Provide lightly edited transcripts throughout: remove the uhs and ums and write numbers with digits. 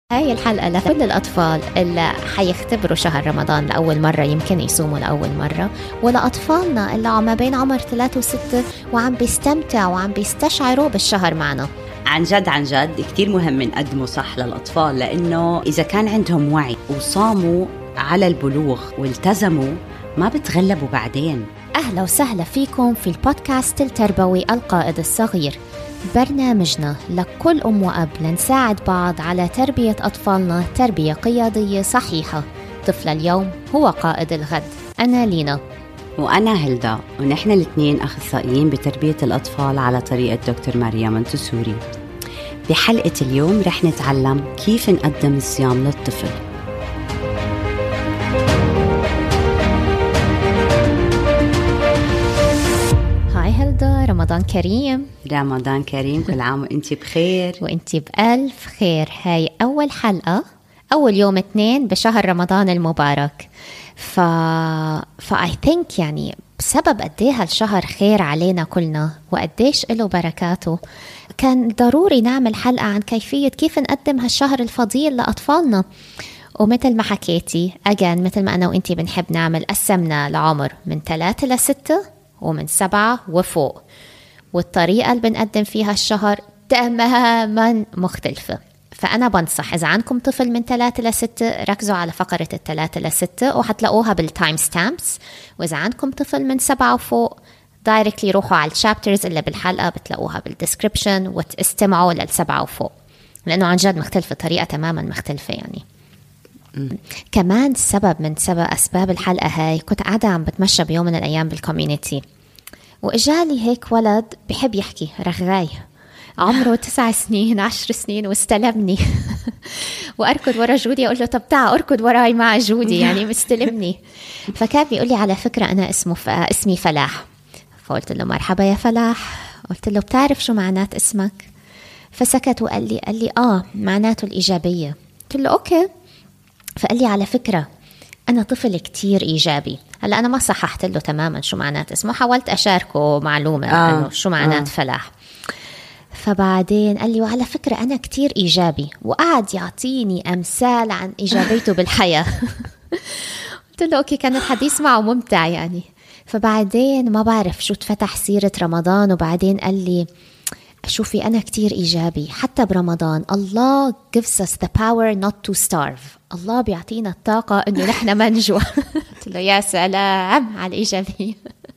هاي الحلقة لكل الأطفال اللي حيختبروا شهر رمضان لأول مرة، يمكن يصوموا لأول مرة، ولأطفالنا اللي ما بين عمر 3 و6 وعم بيستمتعوا وعم بيستشعروا بالشهر معنا. عن جد كتير مهم نقدمه صح للأطفال، لأنه إذا كان عندهم وعي وصاموا على البلوغ والتزموا ما بتغلبوا بعدين. أهلا وسهلا فيكم في البودكاست التربوي القائد الصغير، برنامجنا لكل أم وأب لنساعد بعض على تربية أطفالنا تربية قيادية صحيحة. طفل اليوم هو قائد الغد. أنا لينا وأنا هلدا، ونحن الاثنين أخصائيين بتربية الأطفال على طريقة دكتور ماريا منتسوري. بحلقة اليوم رح نتعلم كيف نقدم الصيام للطفل. هاي هلدا، رمضان كريم. رمضان كريم، كل عام وانتي بخير. وانتي بألف خير. هاي أول حلقة، أول يوم 2 بشهر رمضان المبارك. I think يعني بسبب قديه هالشهر خير علينا كلنا وقديش له بركاته، كان ضروري نعمل حلقة عن كيفية كيف نقدم هالشهر الفضيل لأطفالنا. ومثل ما حكيتي مثل ما أنا وإنتي بنحب نعمل، قسمنا العمر من 3 ل 6 ومن 7 وفوق، والطريقة اللي بنقدم فيها الشهر تماما مختلفة. فأنا بنصح إذا عندكم طفل من 3 ل 6 ركزوا على فقرة 3 ل 6 وحتلاقوها بالتايم ستامبس، وإذا عندكم طفل من 7 وفوق دايركتلي روحوا على الشابترز اللي بالحلقة بتلاقوها بالديسكريبشن وتستمعوا لل7 وفوق، لأنه عن جد مختلفة، طريقة تماما مختلفة يعني. كمان من أسباب الحلقة هاي، كنت قاعدة عم بتمشى بيوم من الأيام بالكوميونيتي، وإجالي هيك ولد بحب يحكي، رغاي عمره 9 سنين 10 سنين، واستلمني وأركض ورا جودي، أقول له طب تعا أركض وراي مع جودي، يعني مستلمني. فكان بيقول لي على فكرة أنا اسمي فلاح. فقلت له مرحبا يا فلاح. قلت له بتعرف شو معنات اسمك؟ فسكت وقال لي معناته الإيجابية. قلت له أوكي. فقال لي على فكرة أنا طفل كتير إيجابي. هلأ أنا ما صححت له تماما شو معنات اسمه، حاولت أشاركه معلومة إنه شو معنات فلاح. فبعدين قال لي وعلى فكرة أنا كتير إيجابي، وقعد يعطيني أمثال عن إيجابيته بالحياة. قلت له أوكي، كان الحديث معه ممتع يعني. فبعدين ما بعرف شو تفتح سيرة رمضان، وبعدين قال لي شوفي أنا كتير إيجابي حتى برمضان. الله gives us the power not to starve. الله بيعطينا الطاقة إنه نحن ما نجوع. قلت له يا سلام على الإيجابية.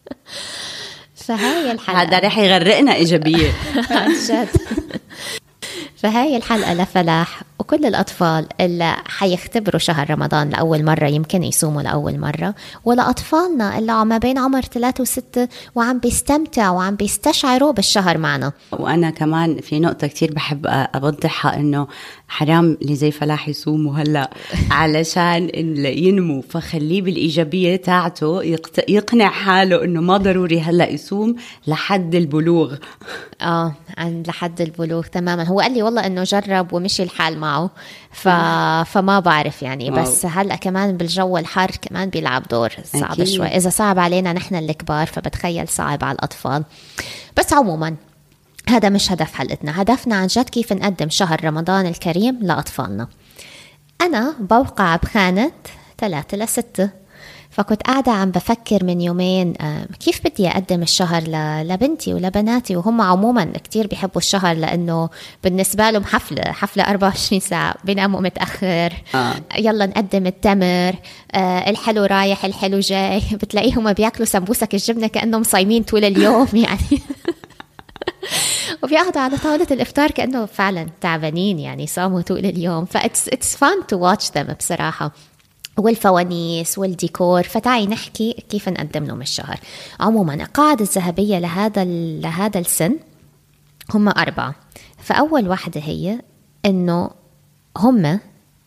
فهاي الحلقة، هذا رح يغرقنا إيجابية عن جد. فهاي الحلقة لفلاح وكل الأطفال اللي حيختبروا شهر رمضان لأول مرة، يمكن يصوموا لأول مرة، ولأطفالنا اللي ما بين عمر 3 و6 وعم بيستمتعوا وعم بيستشعروا بالشهر معنا. وأنا كمان في نقطة كتير بحب أوضحها، إنه حرام اللي زي فلاح يصوموا هلأ علشان ينمو، فخليه بالإيجابية تاعته، يقنع حاله إنه ما ضروري هلأ يصوم لحد البلوغ. لحد البلوغ تماما. هو قال لي والله إنه جرب ومشي الحال معه، فما بعرف يعني. بس هلأ كمان بالجو الحار كمان بيلعب دور صعب أكيد. شوي إذا صعب علينا نحن الكبار، فبتخيل صعب على الأطفال. بس عموما هذا مش هدف حلقتنا. هدفنا عن جد كيف نقدم شهر رمضان الكريم لأطفالنا. أنا بوقع بخانة 3 ل 6، فكنت قاعدة عم بفكر من يومين كيف بدي أقدم الشهر لبنتي ولبناتي، وهم عموما كتير بيحبوا الشهر لأنه بالنسبة لهم حفلة 24 ساعة، بيناموا متأخر. يلا نقدم التمر، الحلو رايح الحلو جاي، بتلاقيهم بياكلوا سمبوسك الجبنة كأنهم صايمين طول اليوم يعني. وبيقعدوا على طاولة الإفطار كأنه فعلا تعبانين يعني، صاموا طول اليوم. it's fun to watch them بصراحة، والفوانيس والديكور. فتعي نحكي كيف نقدم لهم الشهر. عموما القاعدة الذهبية لهذا السن هم 4. فأول واحدة هي إنه هم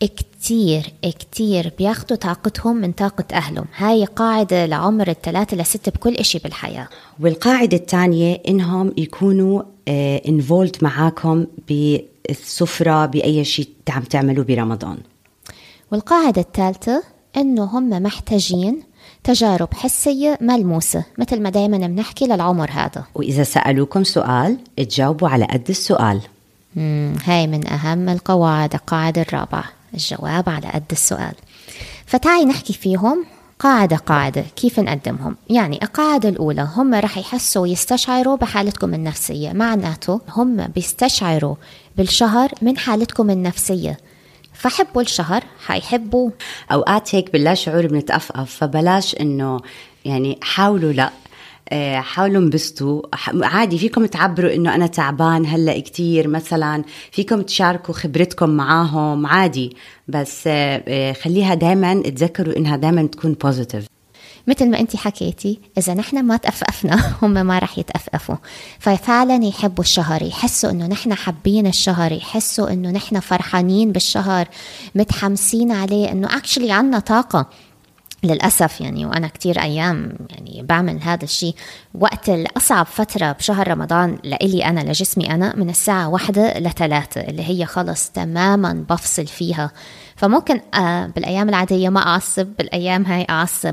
كتير بياخدوا طاقتهم من طاقة أهلهم. هاي قاعدة لعمر 3 ل 6 بكل إشي بالحياة. والقاعدة الثانية إنهم يكونوا involved معاكم بالسفرة بأي شيء عم تعملوا برمضان. والقاعدة الثالثة إنه هم محتاجين تجارب حسية ملموسة، مثل ما دايما بنحكي للعمر هذا. وإذا سألوكم سؤال تجاوبوا على قد السؤال. هاي من أهم القواعد، القاعدة الرابعة، الجواب على قد السؤال. فتعي نحكي فيهم قاعدة كيف نقدمهم. يعني القاعدة الأولى، هم رح يحسوا ويستشعروا بحالتكم النفسية، معناته هم بيستشعروا بالشهر من حالتكم النفسية، فحبوا الشهر حيحبوا. أوقات هيك باللا شعور بنتأفأف، فبلاش إنه يعني حاولوا لا حاولوا انبسطوا عادي. فيكم تعبروا إنه أنا تعبان هلأ كتير مثلا، فيكم تشاركوا خبرتكم معاهم عادي، بس خليها دايما تذكروا إنها دايما تكون بوزيتيف. مثل ما انتي حكيتي، إذا نحن ما تأفأفنا هم ما رح يتأفأفوا. ففعلا يحبوا الشهر، يحسوا إنه نحن حابين الشهر، يحسوا إنه نحن فرحانين بالشهر، متحمسين عليه، إنه actually عنا طاقة. للأسف يعني، وأنا كتير أيام يعني بعمل هذا الشيء، وقت الأصعب فترة بشهر رمضان لإلي أنا لجسمي أنا من الساعة 1 ل 3 اللي هي خلص تماما بفصل فيها. فممكن بالأيام العادية ما أعصب، بالأيام هاي أعصب.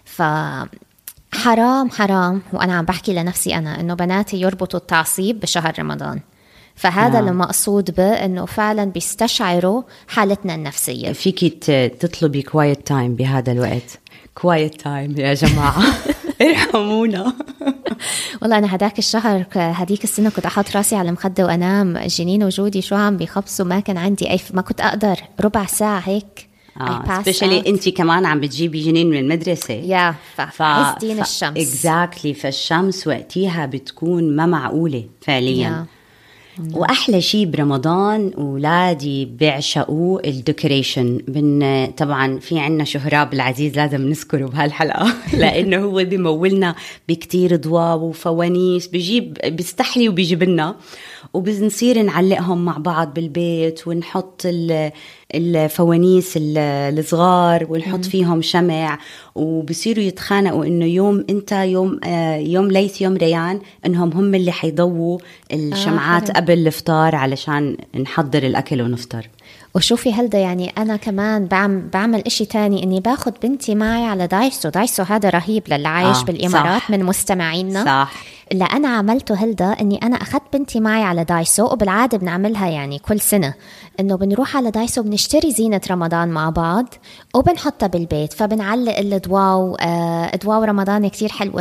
حرام وأنا عم بحكي لنفسي أنا إنه بناتي يربطوا التعصيب بشهر رمضان. فهذا اللي مقصود به، إنه فعلا بيستشعروا حالتنا النفسية. فيكي تطلبي كوايت تايم بهذا الوقت. كوايت تايم يا جماعة ارحمونا. والله أنا هداك الشهر هديك السنة كنت أحط راسي على المخدة وأنام، جنين وجودي شو عم بيخبصوا، ما كان عندي ما كنت أقدر ربع ساعة هيك. سبيشالي انت كمان عم بتجيبي جنين من المدرسة فعز دين الشمس. اكزاكتلي، فالشمس وقتها بتكون ما معقولة فعليا. وأحلى شيء برمضان أولادي بيعشقوا الديكوريشن. طبعا في عنا شهراب العزيز لازم نذكره بهالحلقة لأنه هو بيمولنا بكتير ضواء وفوانيس، بيستحلي وبيجيب لنا، وبنصير نعلقهم مع بعض بالبيت، ونحط الفوانيس الصغار ونحط فيهم شمع، وبصيروا يتخانقوا انه يوم انت يوم ليث يوم ريان انهم هم اللي حيضووا الشمعات قبل الافطار علشان نحضر الاكل ونفطر. وشوفي هلدا، يعني أنا كمان بعمل إشي تاني، إني باخد بنتي معي على دايسو هذا رهيب للي عايش بالإمارات. من مستمعينا صح. اللي أنا عملته هلدا، إني أنا أخذت بنتي معي على دايسو، وبالعادة بنعملها يعني كل سنة، إنه بنروح على دايسو بنشتري زينة رمضان مع بعض وبنحطها بالبيت. فبنعلق الضواو، أضواء رمضان كتير حلوة،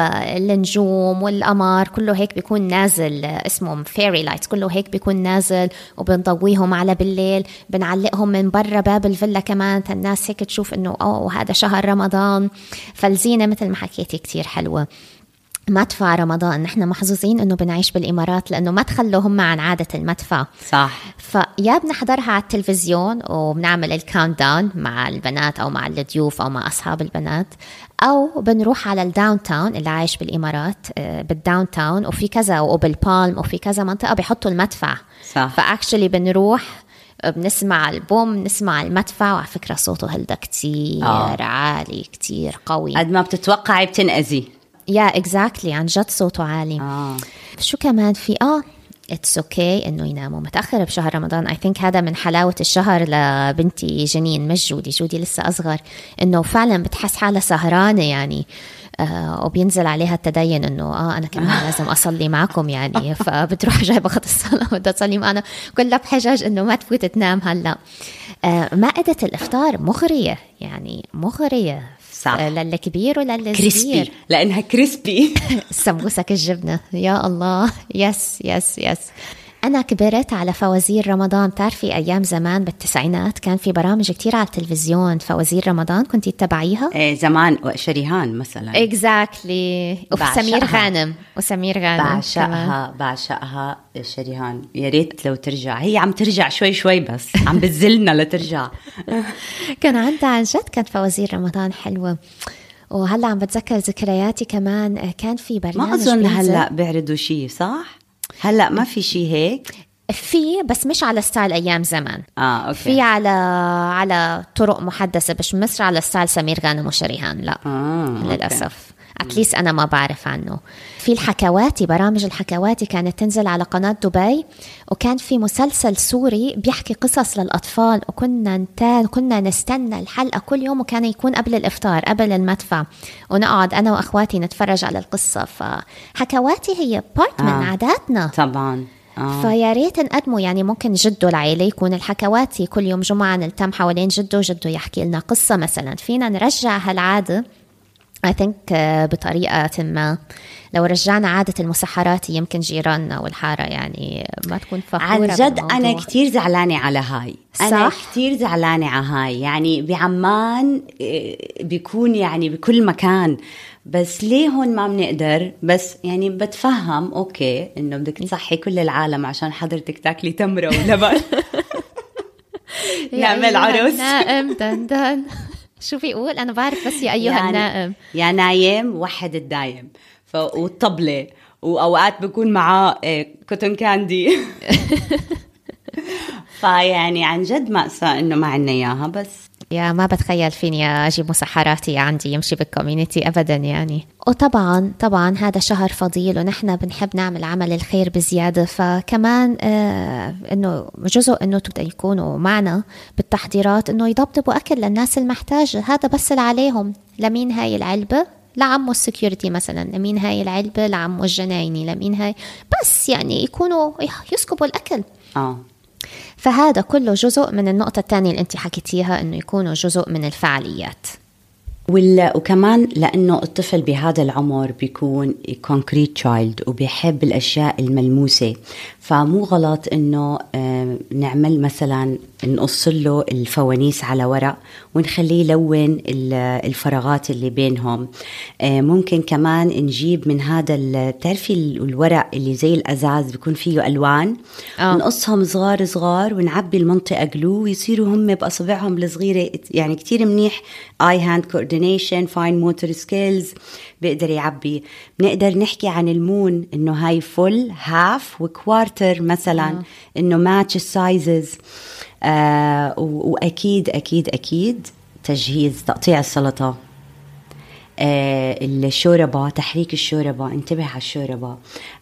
النجوم والقمر كله هيك بيكون نازل، اسمهم فيري لايتس، كله هيك بيكون نازل، وبنضويهم على بالليل، بنعلقهم من برا باب الفيلا كمان، الناس هيك تشوف إنه هذا شهر رمضان. فالزينة مثل ما حكيتي كتير حلوة. مدفع رمضان، نحن محظوظين انه بنعيش بالامارات، لانه ما تخلوا هم عن عاده المدفع. صح. فيا بنحضرها على التلفزيون وبنعمل الكاونت داون مع البنات او مع الضيوف او مع اصحاب البنات، او بنروح على الداون تاون اللي عايش بالامارات، بالداون تاون، وفي كذا وبالبالم وفي كذا منطقه بيحطوا المدفع. صح. فاكشلي بنروح بنسمع البوم، نسمع المدفع، وعلى فكره صوته هلدا كتير عالي، كتير قوي، قد ما بتتوقعي بتنأذي. exactly، عن جد صوته عالي. شو كمان في it's okay انه يناموا متأخر بشهر رمضان. I think هذا من حلاوة الشهر لبنتي جنين، مش جودي لسه أصغر، انه فعلا بتحس حالها سهرانة يعني. وبينزل عليها التدين انه انا كمان لازم اصلي معكم يعني. فبتروح جايبه خط الصلاه وبدها تصلي معنا، كلها بحجج انه ما تفوت تنام هلا. مائده الافطار مغريه، يعني مغريه، صح، للكبير وللصغير، كريسبي لانها كريسبي. السمبوسك الجبنه يا الله. يس يس يس. أنا كبرت على فوازير رمضان. بتعرفي أيام زمان بالتسعينات كان في برامج كتير على التلفزيون فوازير رمضان، كنتي تتابعيها؟ زمان شريهان مثلا. exactly. وسمير غانم بعشقها شريهان. يا ريت لو ترجع، هي عم ترجع شوي بس عم بتزلنا لترجع. كان عندها عن جد كانت فوازير رمضان حلوة. وهلا عم بتذكر ذكرياتي كمان، كان في برنامج، ما أظن هلا بيعرضوا شيء، صح؟ هلا ما في شيء هيك؟ في، بس مش على ستايل أيام زمان. أوكي. في على طرق محدثة، بس مش على ستايل سمير غانم وشريهان، لا. للأسف. أتليس أنا ما بعرف عنه. في الحكواتي، برامج الحكواتي كانت تنزل على قناة دبي، وكان في مسلسل سوري بيحكي قصص للأطفال، وكنا نستنى الحلقة كل يوم، وكان يكون قبل الإفطار قبل المدفع، ونقعد أنا وأخواتي نتفرج على القصة. فحكواتي هي بارت من عاداتنا طبعا. فيا ريت نقدمه. يعني ممكن جده العيلة يكون الحكواتي كل يوم جمعة نلتم حوالين جده يحكي لنا قصة مثلا. فينا نرجع هالعادة I think بطريقة ما. لو رجعنا عادة المسحرات يمكن جيراننا والحارة يعني ما تكون فخورة عن جد بالموضوع. أنا كتير زعلانة على هاي. أنا كتير زعلانة على هاي. يعني بعمان بيكون يعني بكل مكان، بس ليه هون ما بنقدر؟ بس يعني بتفهم أوكي إنه بدك تصحي كل العالم عشان حضرتك تاكلي تمرة ولبن نعمل عروس نائم دندن شو بيقول؟ أنا بعرف بس يا أيها يعني النائم يا نايم وحد الدايم والطبلة، وأوقات بكون معاه كوتون كاندي فيعني عن جد مأساة إنه ما عنا إياها. بس يا ما بتخيل فيني أجيب مسحراتي عندي يمشي بالكوميونيتي أبدا يعني. وطبعا هذا شهر فضيل ونحن بنحب نعمل عمل الخير بزيادة، فكمان إنه جزء إنه يكونوا معنا بالتحضيرات، إنه يضبطوا أكل للناس المحتاجة. هذا بس اللي عليهم. لمين هاي العلبة؟ لعمو السكيورتي مثلا. لمين هاي العلبة؟ لعمو الجنايني. لمين هاي؟ بس يعني يكونوا يسكبوا الأكل. فهذا كله جزء من النقطة الثانية اللي أنت حكيتيها، إنه يكونوا جزء من الفعاليات. وكمان لأنه الطفل بهذا العمر بيكون concrete child وبيحب الأشياء الملموسة، فمو غلط إنه نعمل مثلا نقص له الفوانيس على ورق ونخليه يلون الفراغات اللي بينهم. ممكن كمان نجيب من هذا تعرفي الورق اللي زي الأزاز بيكون فيه ألوان، نقصهم صغار صغار ونعبي المنطقة جلو ويصيروا هم بأصبعهم الصغيرة. يعني كتير منيح eye hand coordination fine motor skills بيقدر يعبي. بنقدر نحكي عن المون إنه هاي full half وكوارتر مثلا، إنه match sizes. وأكيد أكيد أكيد تجهيز تقطيع السلطة، الشوربة، تحريك الشوربة، انتبه على الشوربة.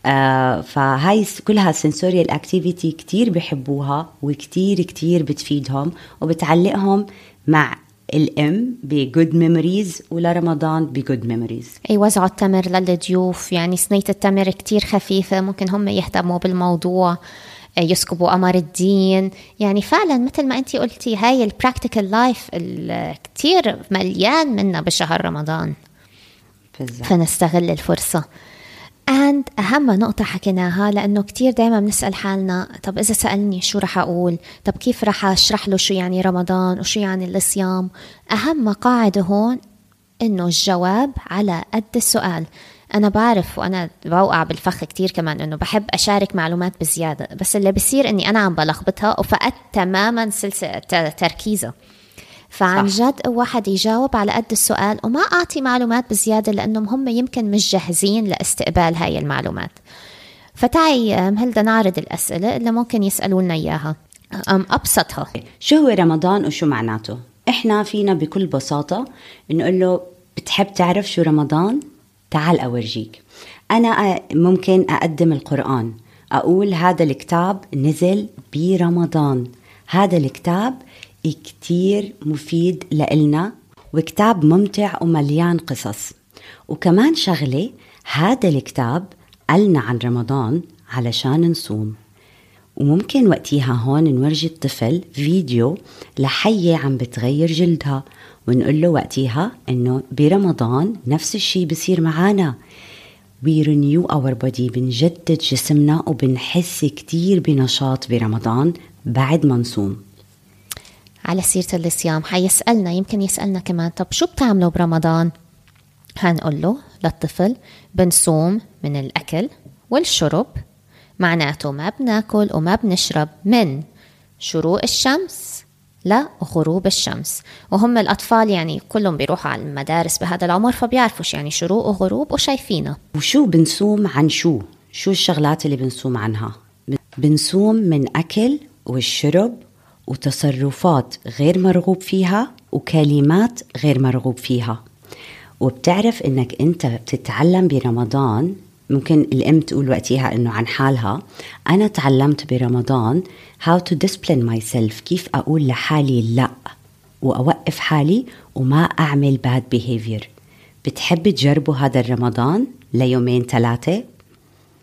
فهاي كلها سنسوريال اكتيفيتي كتير بيحبوها وكتير كتير بتفيدهم وبتعلقهم مع الأم بجود ميموريز ولرمضان بجود ميموريز. وزعوا التمر للضيوف. يعني صينية التمر كتير خفيفة، ممكن هم يهتموا بالموضوع، يسكبوا قمر الدين. يعني فعلا مثل ما أنتي قلتي هاي البراكتيكال لايف كتير مليان منا بشهر رمضان. فنستغل الفرصة. أهم نقطة حكيناها، لأنه كتير دايما بنسأل حالنا طب إذا سألني شو رح أقول؟ طب كيف رح أشرح له شو يعني رمضان وشو يعني الصيام؟ أهم قاعدة هون إنه الجواب على قد السؤال. أنا بعرف وأنا بوقع بالفخ كتير كمان إنه بحب أشارك معلومات بزيادة، بس اللي بيصير إني أنا عم بلخبطها وفقدت تماما سلسلة تركيزة. فعن جد واحد يجاوب على قد السؤال وما أعطي معلومات بزيادة لأنهم هم يمكن مش جاهزين لاستقبال هاي المعلومات. فتعي هلدا نعرض الأسئلة اللي ممكن يسألونا إياها. أبسطها، شو هو رمضان وشو معناته؟ إحنا فينا بكل بساطة نقول له بتحب تعرف شو رمضان؟ تعال أورجيك. أنا ممكن أقدم القرآن، أقول هذا الكتاب نزل برمضان، هذا الكتاب كتير مفيد لإلنا وكتاب ممتع ومليان قصص. وكمان شغلة، هذا الكتاب قالنا عن رمضان علشان نصوم. وممكن وقتها هون نورجي الطفل فيديو لحية عم بتغير جلدها ونقول له وقتها إنه برمضان نفس الشي بصير معانا. we renew our body، بنجدد جسمنا وبنحس كتير بنشاط برمضان بعد ما نصوم. على سيرة الصيام حيسألنا، يمكن يسألنا كمان طب شو بتعملوا برمضان؟ هنقول له للطفل بنصوم من الأكل والشرب، معناته ما بناكل وما بنشرب من شروق الشمس لغروب الشمس. وهم الأطفال يعني كلهم بيروحوا على المدارس بهذا العمر فبيعرفوش يعني شروق وغروب وشايفينه. وشو بنصوم عن شو الشغلات اللي بنصوم عنها؟ بنصوم من أكل والشرب وتصرفات غير مرغوب فيها وكلمات غير مرغوب فيها. وبتعرف إنك أنت بتتعلم برمضان. ممكن الأم تقول وقتها إنه عن حالها أنا تعلمت برمضان how to discipline myself، كيف أقول لحالي لا وأوقف حالي وما أعمل bad behavior. بتحب تجربوا هذا الرمضان ليومين 3؟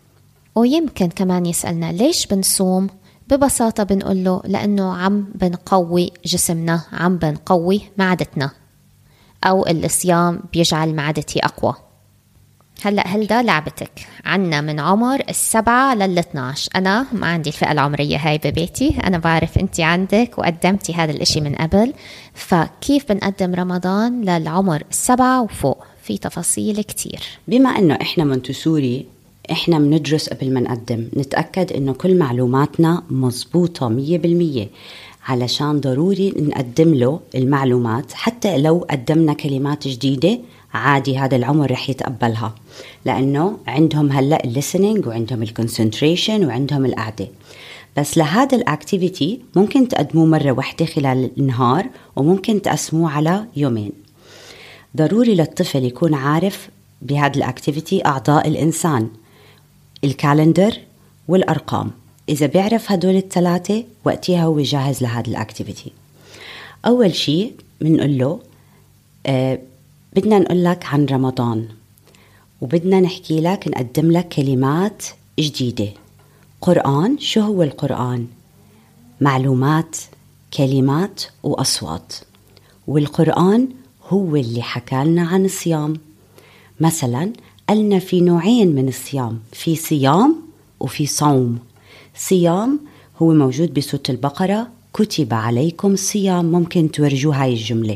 ويمكن كمان يسألنا ليش بنصوم؟ ببساطة بنقول له لأنه عم بنقوي جسمنا، عم بنقوي معدتنا، أو الصيام بيجعل معدتي أقوى. هل ده لعبتك عنا من عمر 7 ل12. أنا ما عندي الفئة العمرية هاي ببيتي، أنا بعرف أنت عندك وقدمتي هذا الإشي من قبل. فكيف بنقدم رمضان للعمر 7 وفوق؟ في تفاصيل كتير. بما أنه إحنا منتسوري، إحنا بندرس قبل ما نقدم، نتأكد إنه كل معلوماتنا مزبوطة 100%، علشان ضروري نقدم له المعلومات. حتى لو قدمنا كلمات جديدة عادي، هذا العمر رح يتقبلها، لأنه عندهم هلأ الليسنينج وعندهم الكونسنتريشن وعندهم القعدة. بس لهذا الأكتيفيتي ممكن تقدموه مرة واحدة خلال النهار، وممكن تقسموه على يومين. ضروري للطفل يكون عارف بهذا الأكتيفيتي أعضاء الإنسان، الكالندر والأرقام. إذا بيعرف هدول الثلاثة وقتها هو جاهز لهذا الأكتيفيتي. أول شيء بنقول له بدنا نقول لك عن رمضان، وبدنا نحكي لك نقدم لك كلمات جديدة. قرآن، شو هو القرآن؟ معلومات، كلمات وأصوات. والقرآن هو اللي حكى لنا عن الصيام. مثلا قلنا في نوعين من الصيام، في صيام وفي صوم. صيام هو موجود بسورة البقرة، كتب عليكم الصيام، ممكن تورجوا هاي الجملة.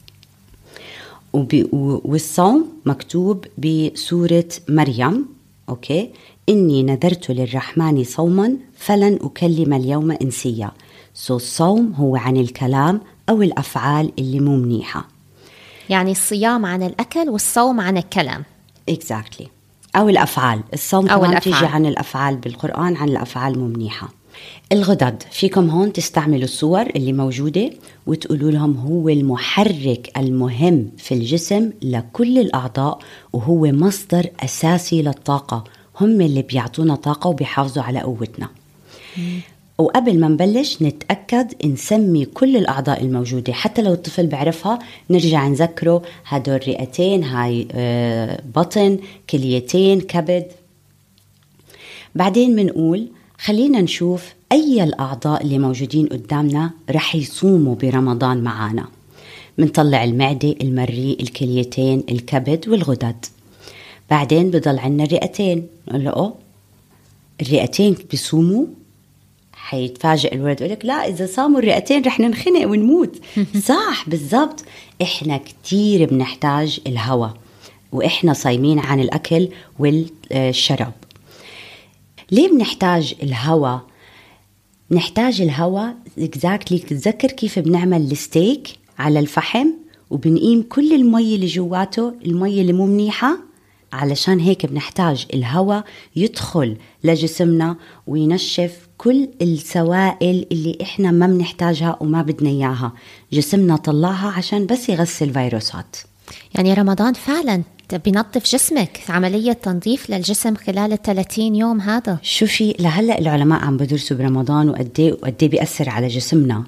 والصوم مكتوب بسورة مريم، أوكي، إني نذرت للرحمن صوما فلن أكلم اليوم إنسيا. الصوم هو عن الكلام أو الأفعال اللي مو منيحة. يعني الصيام عن الأكل والصوم عن الكلام. exactly. أو الأفعال. الصوم أو كمان الأفعال. تيجي عن الأفعال بالقرآن، عن الأفعال مو منيحة. الغدد فيكم هون تستعملوا الصور اللي موجودة وتقولوا لهم هو المحرك المهم في الجسم لكل الأعضاء، وهو مصدر أساسي للطاقة. هم اللي بيعطونا طاقة وبيحافظوا على قوتنا. وقبل ما نبلش نتأكد نسمي كل الأعضاء الموجودة، حتى لو الطفل بعرفها نرجع نذكره هدول رئتين، هاي بطن، كليتين، كبد. بعدين منقول خلينا نشوف أي الأعضاء اللي موجودين قدامنا رح يصوموا برمضان معانا. منطلع المعدة، المريء، الكليتين، الكبد والغدد. بعدين بضل عنا الرئتين، نقول له الرئتين بيصوموا. حيتفاجئ الولد يقول لك لا، إذا صاموا الرئتين رح ننخنق ونموت. صح، بالضبط. إحنا كتير بنحتاج الهواء وإحنا صايمين عن الأكل والشرب. ليه بنحتاج الهواء؟ نحتاج الهواء exactly. تتذكر كيف بنعمل الستيك على الفحم وبنقيم كل المي اللي جواته، المي اللي مو منيحة؟ علشان هيك بنحتاج الهواء يدخل لجسمنا وينشف كل السوائل اللي احنا ما بنحتاجها وما بدنا اياها. جسمنا طلعها عشان بس يغسل فيروسات. يعني رمضان فعلا بينظف جسمك، عملية تنظيف للجسم خلال 30 يوم. هذا شوفي لهلأ العلماء عم بدرسوا برمضان وقديه بيأثر على جسمنا.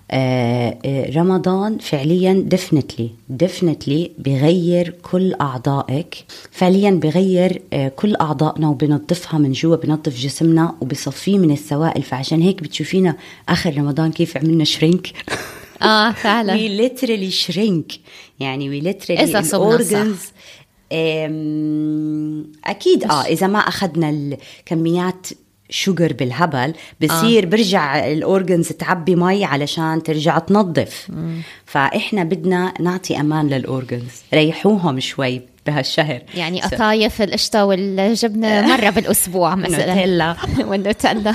رمضان فعليا definitely بيغير كل أعضائك، فعليا بيغير كل أعضائنا وبنظفها من جوا، بنظف جسمنا وبصفيه من السوائل. فعشان هيك بتشوفينا آخر رمضان كيف عملنا شرينك. فعلا we literally shrink، يعني we literally الأورجنز. أكيد إذا ما أخذنا الكميات شوجر بالهبل بصير برجع الأورجنز تعبي مي علشان ترجع تنظف. فإحنا بدنا نعطي أمان للأورجنز، ريحوهم شوي بهالشهر. يعني قطايف القشطة والجبنة مرة بالأسبوع مثلا والنوتيلا.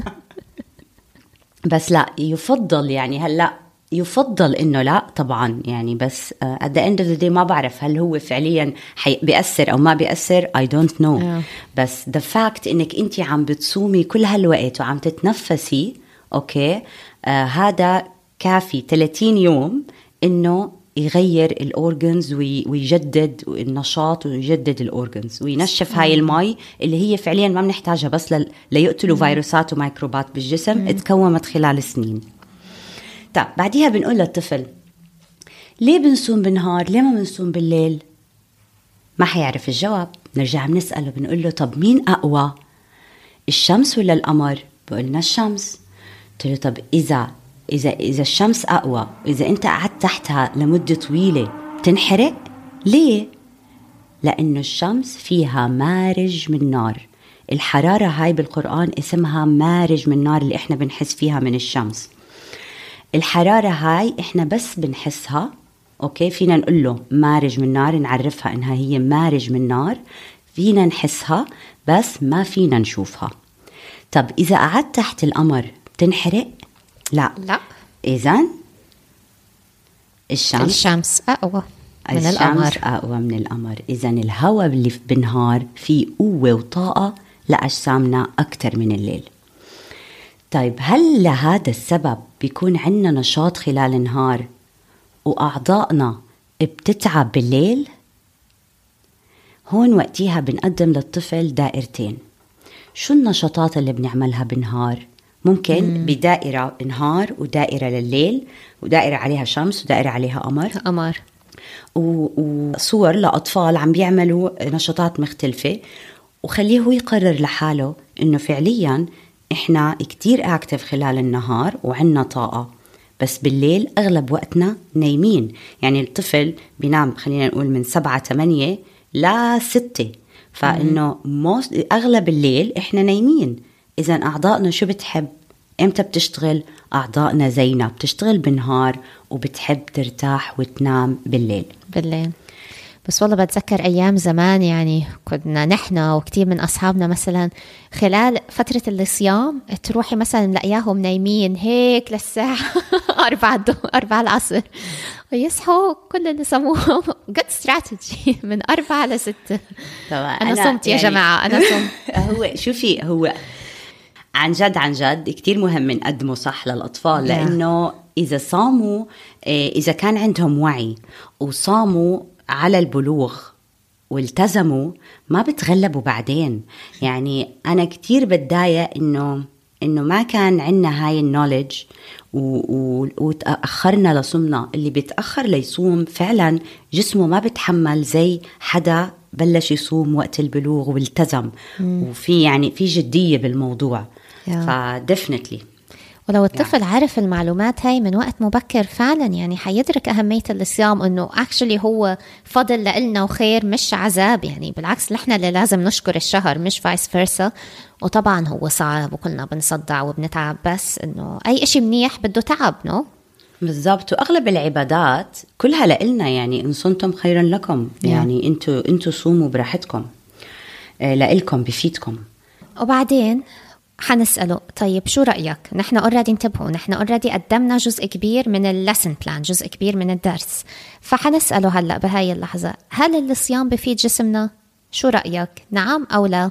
بس لا يفضل، يعني هلأ يفضل إنه لا طبعا، يعني بس at the end of the day ما بعرف هل هو فعليا بيأثر أو ما بيأثر. I don't know. بس the fact إنك أنت عم بتصومي كل هالوقت وعم تتنفسي، أوكي، هذا كافي 30 يوم إنه يغير الأورجنز ويجدد النشاط ويجدد الأورجنز وينشف هاي المي اللي هي فعليا ما بنحتاجها، بس ليقتلوا فيروسات وميكروبات بالجسم اتكومت خلال سنين. طب بعديها بنقول للطفل ليه بنصوم بالنهار، ليه ما بنصوم بالليل؟ ما حيعرف الجواب. نرجع بنسأله بنقول له طب مين أقوى، الشمس ولا القمر؟ بقولنا الشمس. قلت له طب إذا الشمس أقوى، إذا أنت قعدت تحتها لمدة طويلة بتنحرق ليه؟ لأنه الشمس فيها مارج من نار. الحرارة هاي بالقرآن اسمها مارج من نار اللي إحنا بنحس فيها من الشمس. الحرارة هاي إحنا بس بنحسها، أوكي، فينا نقول له مارج من نار، نعرفها إنها هي مارج من نار، فينا نحسها بس ما فينا نشوفها. طب إذا قعدت تحت القمر بتنحرق؟ لا. إذن الشمس أقوى من القمر. الشمس أقوى من القمر. إذن الهواء اللي بالنهار فيه قوة وطاقة لأجسامنا أكتر من الليل. طيب هل لهذا السبب بيكون عندنا نشاط خلال النهار وأعضائنا بتتعب بالليل؟ هون وقتها بنقدم للطفل دائرتين. شو النشاطات اللي بنعملها بالنهار؟ ممكن بدائرة نهار ودائرة لليل، ودائرة عليها شمس ودائرة عليها قمر. وصور لأطفال عم بيعملوا نشاطات مختلفة، وخليه هو يقرر لحاله إنه فعلياً إحنا كتير أكتف خلال النهار وعنا طاقة، بس بالليل أغلب وقتنا نايمين. يعني الطفل بينام خلينا نقول من 7-8 ل 6، فإنه أغلب الليل إحنا نايمين. إذن أعضائنا شو بتحب؟ إمتى بتشتغل؟ أعضائنا زينا بتشتغل بالنهار وبتحب ترتاح وتنام بالليل. بس والله بتذكر أيام زمان، يعني كنا نحن وكتير من أصحابنا مثلا خلال فترة الصيام تروحي مثلا نلاقياهم نايمين هيك للساعة 4 العصر، ويصحوا كل اللي سموهم good strategy من 4 ل 6. أنا صمت يا جماعة، أنا صمت. هو شوفي، هو عن جد كتير مهم نقدمه صح للأطفال، لأنه إذا صاموا، إذا كان عندهم وعي وصاموا على البلوغ والتزموا، ما بتغلبوا بعدين. يعني أنا كتير بتضايق إنه ما كان عنا هاي النوليدج وتأخرنا لصومنا. اللي بيتأخر ليصوم فعلا جسمه ما بتحمل زي حدا بلش يصوم وقت البلوغ والتزم، وفي يعني في جدية بالموضوع. فدفنتلي ولو الطفل عارف المعلومات هاي من وقت مبكر فعلا يعني حيدرك أهمية الصيام، أنه actually هو فضل لنا وخير مش عذاب. يعني بالعكس نحن اللي لازم نشكر الشهر مش فايس فيرسا. وطبعا هو صعب وكلنا بنصدع وبنتعب، بس أنه أي إشي منيح بده تعب. بالضبط. وأغلب العبادات كلها لإلنا، يعني إن صمتم خيرا لكم، يعني أنتوا صوموا براحتكم، لإلكم بفيدكم. وبعدين حنسأله طيب شو رأيك؟ نحن already انتبهوا، نحن already قدمنا جزء كبير من اللسن بلان، جزء كبير من الدرس. فحنسأله هلأ بهاي اللحظة، هل الصيام بفيد جسمنا؟ شو رأيك؟ نعم أو لا؟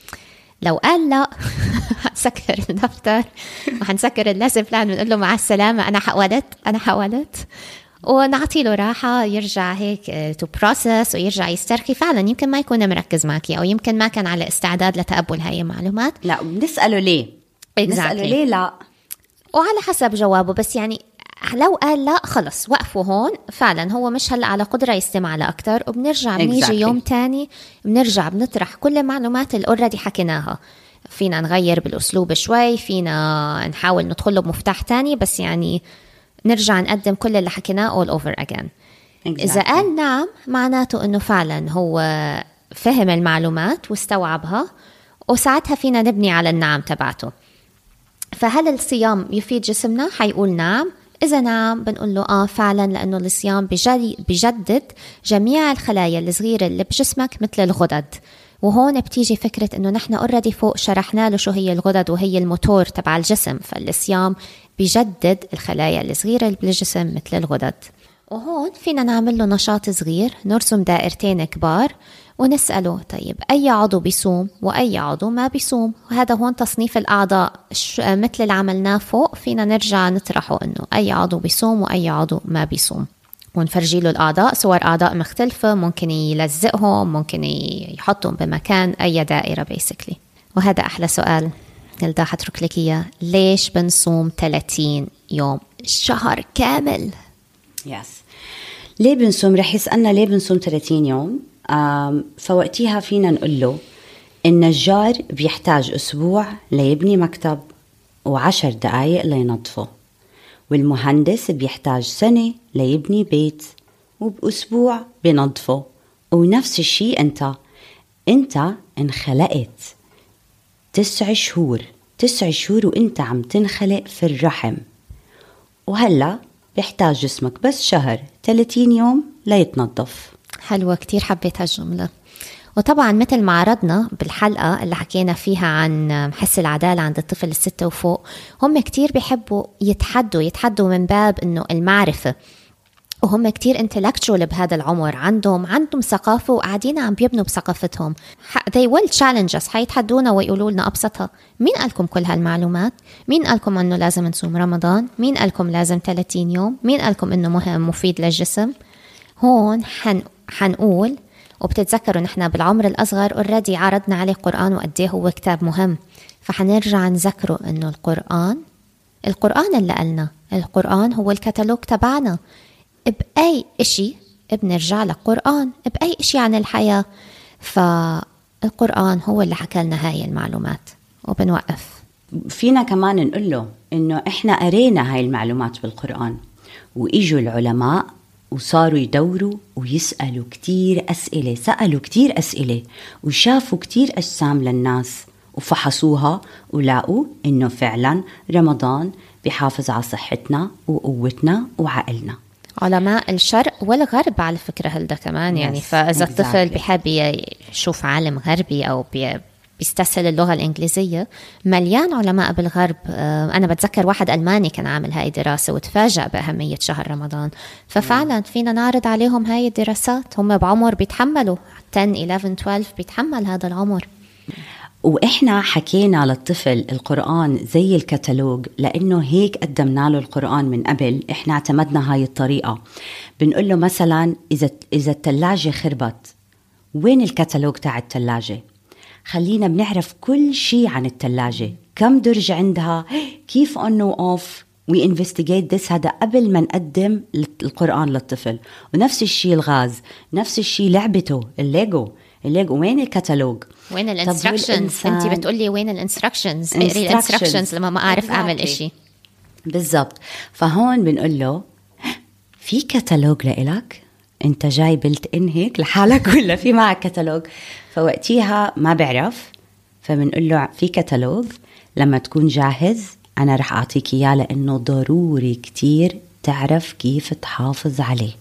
لو قال لا هنسكر الدفتر وحنسكر اللسن بلان ونقول له مع السلامة، أنا حاولت ونعطي له راحة يرجع هيك to process ويرجع يسترخي. فعلا يمكن ما يكون مركز معك، أو يمكن ما كان على استعداد لتقبل هاي المعلومات. لا، بنسأله ليه؟ نسأله ليه لا، وعلى حسب جوابه. بس يعني لو قال لا خلص وقفوا هون، فعلا هو مش هلأ على قدرة يستمع لأكتر، وبنرجع بنيجي يوم تاني بنرجع بنطرح كل المعلومات اللي already حكيناها. فينا نغير بالأسلوب شوي، فينا نحاول ندخله بمفتاح تاني، بس يعني نرجع نقدم كل اللي حكيناه all over again. إذا قال نعم معناته إنه فعلا هو فهم المعلومات واستوعبها، وساعتها فينا نبني على النعم تبعته. فهل الصيام يفيد جسمنا؟ حيقول نعم. إذا نعم بنقول له فعلا، لأنه الصيام بجدد جميع الخلايا الصغيرة اللي بجسمك مثل الغدد. وهون بتيجي فكرة إنه نحن already فوق شرحنا له شو هي الغدد، وهي الموتور تبع الجسم. فالصيام بيجدد الخلايا الصغيرة اللي بالجسم مثل الغدد. وهون فينا نعمل له نشاط صغير، نرسم دائرتين كبار ونسأله طيب أي عضو بيصوم وأي عضو ما بيصوم. وهذا هون تصنيف الأعضاء مثل اللي عملناه فوق، فينا نرجع نطرحه إنه أي عضو بيصوم وأي عضو ما بيصوم، ونفرجي له الأعضاء، صور أعضاء مختلفة، ممكن يلزقهم، ممكن يحطهم بمكان، أي دائرة بيسكلي. وهذا أحلى سؤال نلدا حترك لك إياه، ليش بنصوم 30 يوم شهر كامل؟ ليه بنصوم؟ رح يسألنا ليه بنصوم 30 يوم. فوقتها فينا نقول له النجار بيحتاج أسبوع ليبني مكتب و10 دقايق لينظفه، والمهندس بيحتاج سنة ليبني بيت وبأسبوع بنظفه. ونفس الشيء انت انخلقت 9 شهور وانت عم تنخلق في الرحم، وهلأ بيحتاج جسمك بس شهر 30 يوم ليتنظف. حلوة كتير، حبيت هالجملة. وطبعا مثل ما عرضنا بالحلقة اللي حكينا فيها عن حس العدالة عند الطفل 6 وفوق، هم كتير بيحبوا يتحدوا من باب انه المعرفة، وهم كتير intellectual بهذا العمر، عندهم ثقافة وقاعدين عم بيبنوا بثقافتهم. they will challenge us، حيتحدونا ويقولوا لنا أبسطها: مين قالكم كل هالمعلومات؟ مين قالكم أنه لازم نصوم رمضان؟ مين قالكم لازم 30 يوم؟ مين قالكم أنه مهم مفيد للجسم؟ هون حنقول، وبتتذكروا نحن بالعمر الأصغر already عرضنا عليه القرآن وقديه هو كتاب مهم، فحنرجع نذكره أنه القرآن اللي قالنا، القرآن هو الكتالوج تبعنا. بأي إشي بنرجع للقرآن، بأي إشي عن الحياة، فالقرآن هو اللي حكى لنا هاي المعلومات. وبنوقف فينا كمان نقول له إنه إحنا قرينا هاي المعلومات بالقرآن، وإجوا العلماء وصاروا يدوروا ويسألوا كتير أسئلة، سألوا كتير أسئلة وشافوا كتير أجسام للناس وفحصوها ولقوا إنه فعلا رمضان بيحافظ على صحتنا وقوتنا وعقلنا. علماء الشرق والغرب على فكرة هلدا كمان يعني. فإذا الطفل بيحب يشوف عالم غربي أو بيستسهل اللغة الإنجليزية، مليان علماء بالغرب. أنا بتذكر واحد ألماني كان عامل هاي دراسة وتفاجأ بأهمية شهر رمضان. ففعلا فينا نعرض عليهم هاي الدراسات، هم بعمر بيتحملوا 10 11 12 بيتحمل هذا العمر. وإحنا حكينا للطفل القرآن زي الكتالوج، لأنه هيك قدمنا له القرآن من قبل. إحنا اعتمدنا هاي الطريقة. بنقول له مثلا إذا التلاجة خربت، وين الكتالوج تاع التلاجة؟ خلينا بنعرف كل شيء عن التلاجة، كم درج عندها، كيف on و off. we investigate this. هذا قبل ما نقدم القرآن للطفل. ونفس الشيء الغاز، نفس الشيء لعبته الليجو، وين الكتالوج؟ وين الانستراكشنز؟ انت بتقولي وين الانستراكشنز؟ اقري الانستراكشنز لما ما اعرف اعمل اشي. بالضبط. فهون بنقول له في كتالوج لإلك، انت جاي بلت ان هيك لحالك ولا في معك كتالوج؟ فوقتيها ما بعرف، فبنقول له في كتالوج، لما تكون جاهز انا رح اعطيك اياه، لانه ضروري كتير تعرف كيف تحافظ عليه.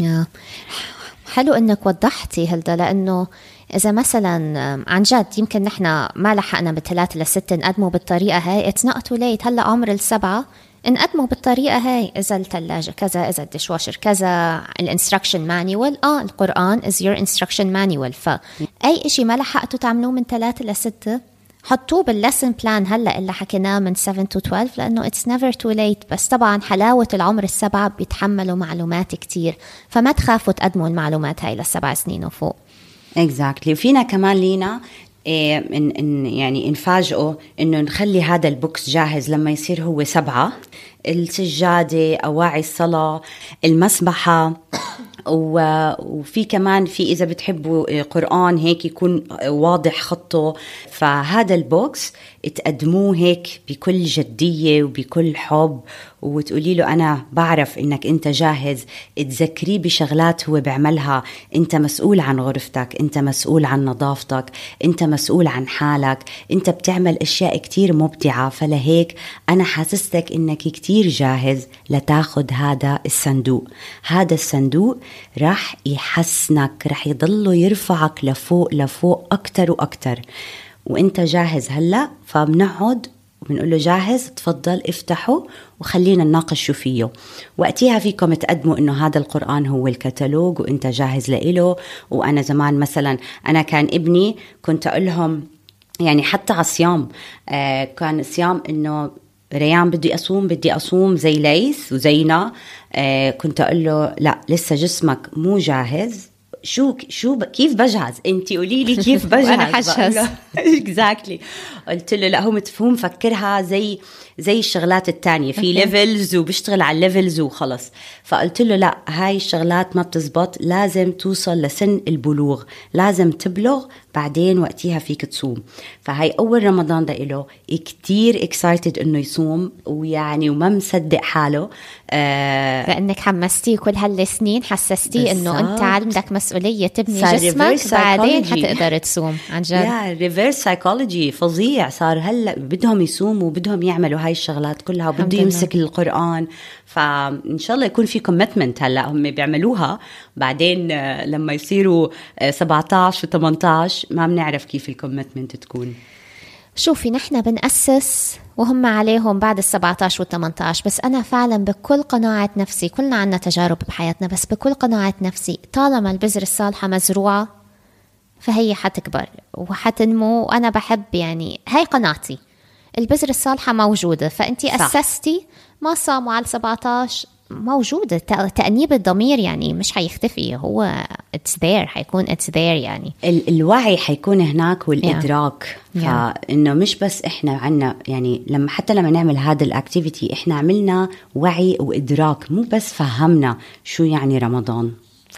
حلو انك وضحتي هلدا، لانه إذا مثلا عن جد يمكن نحن ما لحقنا بال3 ل6 نقدمه بالطريقة هاي، it's not too late. هلأ عمر 7 نقدمه بالطريقة هاي. إذا الثلاجة كذا، إذا الدشواشر كذا، الانستراكشن مانيوال القرآن is your instruction manual. فأي إشي ما لحقتوا تعملوه من 3 ل6 حطوه باللسن بلان هلأ اللي حكيناه من 7 to 12، لأنه it's never too late. بس طبعا حلاوة العمر 7 بيتحملوا معلومات كتير، فما تخافوا تقدموا المعلومات هاي ل7 سنين وفوق. exactly. وفينا كمان لينا يعني نفاجئه إنه نخلي هذا البوكس جاهز لما يصير هو 7. السجادة، أواعي الصلاة، المسبحة، وفي كمان في إذا بتحبوا قرآن هيك يكون واضح خطه. فهذا البوكس تقدموه هيك بكل جدية وبكل حب، وتقولي له أنا بعرف إنك أنت جاهز. تذكريه بشغلات هو بعملها. أنت مسؤول عن غرفتك، أنت مسؤول عن نظافتك، أنت مسؤول عن حالك، أنت بتعمل أشياء كتير مبدعة. فلهيك أنا حاسستك إنك كتير جاهز لتاخد هذا الصندوق. هذا الصندوق رح يحسنك، رح يضله يرفعك لفوق أكتر وأكتر. وإنت جاهز هلأ، فبنقعد وبنقول له جاهز، تفضل افتحه وخلينا نناقش شو فيه. وقتها فيكم تقدموا إنه هذا القرآن هو الكتالوج وإنت جاهز لإله. وأنا زمان مثلا أنا كان ابني كنت أقول لهم يعني حتى على الصيام، كان الصيام إنه ريان بدي أصوم زي ليس وزينا. كنت أقول له لا، لسه جسمك مو جاهز، كيف بجهز؟ انت قولي لي كيف بجهز. أنا حجهز. اكزاكتلي. قلت له لا، هو مفهوم فكرها زي الشغلات التانية في ليفلز وبيشتغل على الليفلز وخلص. فقلت له لا، هاي الشغلات ما بتزبط، لازم توصل لسن البلوغ، لازم تبلغ بعدين وقتها فيك تصوم. فهاي أول رمضان ده إله كتير excited إنه يصوم، ويعني وما مصدق حاله لأنك حمستيه كل هالسنين، حسستيه إنه أنت عندك مسؤولية تبني جسمك بعدين حتقدر تصوم عن جد. ريفيرس سايكولوجي فظيع صار. هلا بدهم يصوموا وبدهم يعملوا هاي الشغلات كلها، وبده يمسك القرآن. فإن شاء الله يكون في كوميتمنت. هلا هم بيعملوها، بعدين لما يصيروا 17 و18 ما بنعرف كيف الكوميتمنت تكون. شوفي، نحن بنأسس وهم عليهم بعد 17 و18، بس أنا فعلا بكل قناعة نفسي، كلنا عنا تجارب بحياتنا، بس بكل قناعة نفسي طالما البذرة الصالحة مزروعة فهي حتكبر وحتنمو. وأنا بحب يعني هاي قناعتي، البذرة الصالحة موجودة. فأنتي أسستي، ما صاموا على 17 موجودة. تأنيب الضمير يعني مش حيختفي، هو it's there، حيكون it's there. يعني الوعي حيكون هناك والإدراك. فإنه مش بس إحنا عنا يعني حتى لما نعمل هذا الأكتيفيتي إحنا عملنا وعي وإدراك، مو بس فهمنا شو يعني رمضان.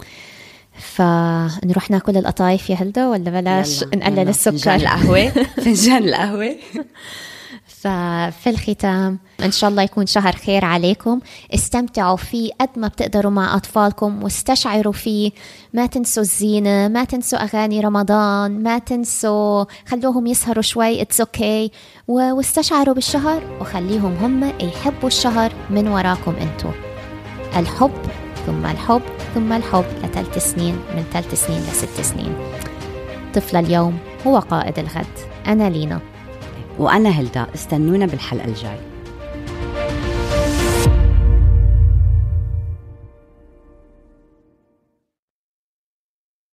فنروح ناكل القطايف يا هلدا ولا بلاش نقلل السكر؟ فنجان القهوة. ففي الختام إن شاء الله يكون شهر خير عليكم، استمتعوا فيه قد ما بتقدروا مع أطفالكم واستشعروا فيه. ما تنسوا الزينة، ما تنسوا أغاني رمضان، ما تنسوا خلوهم يسهروا شوي it's okay، واستشعروا بالشهر وخليهم هم يحبوا الشهر من وراكم انتو. الحب ثم الحب ثم الحب ل3 سنين، من 3 سنين ل6 سنين. طفل اليوم هو قائد الغد. أنا لينا وأنا هلدا، استنونا بالحلقة الجاي.